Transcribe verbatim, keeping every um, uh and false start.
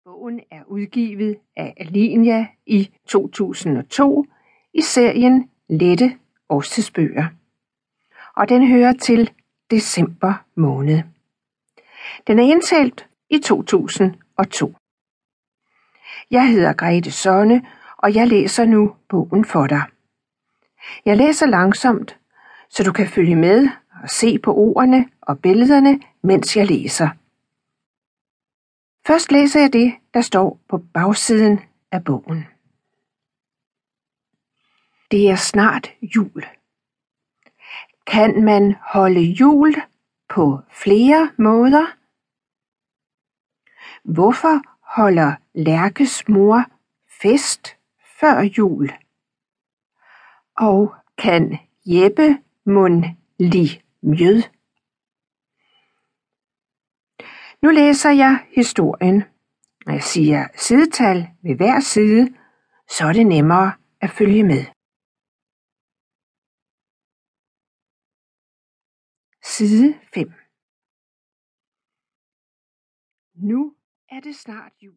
Bogen er udgivet af Alenia i to tusind og to i serien Lette årstidsbøger, og den hører til december måned. Den er indtalt i to tusind og to. Jeg hedder Grete Sonne, og jeg læser nu bogen for dig. Jeg læser langsomt, så du kan følge med og se på ordene og billederne, mens jeg læser. Først læser jeg det, der står på bagsiden af bogen. Det er snart jul. Kan man holde jul på flere måder? Hvorfor holder Lærkes mor fest før jul? Og kan Jeppe mon li mjød? Nu læser jeg historien. Når jeg siger sidetal ved hver side, så er det nemmere at følge med. Side fem. Nu er det snart jul.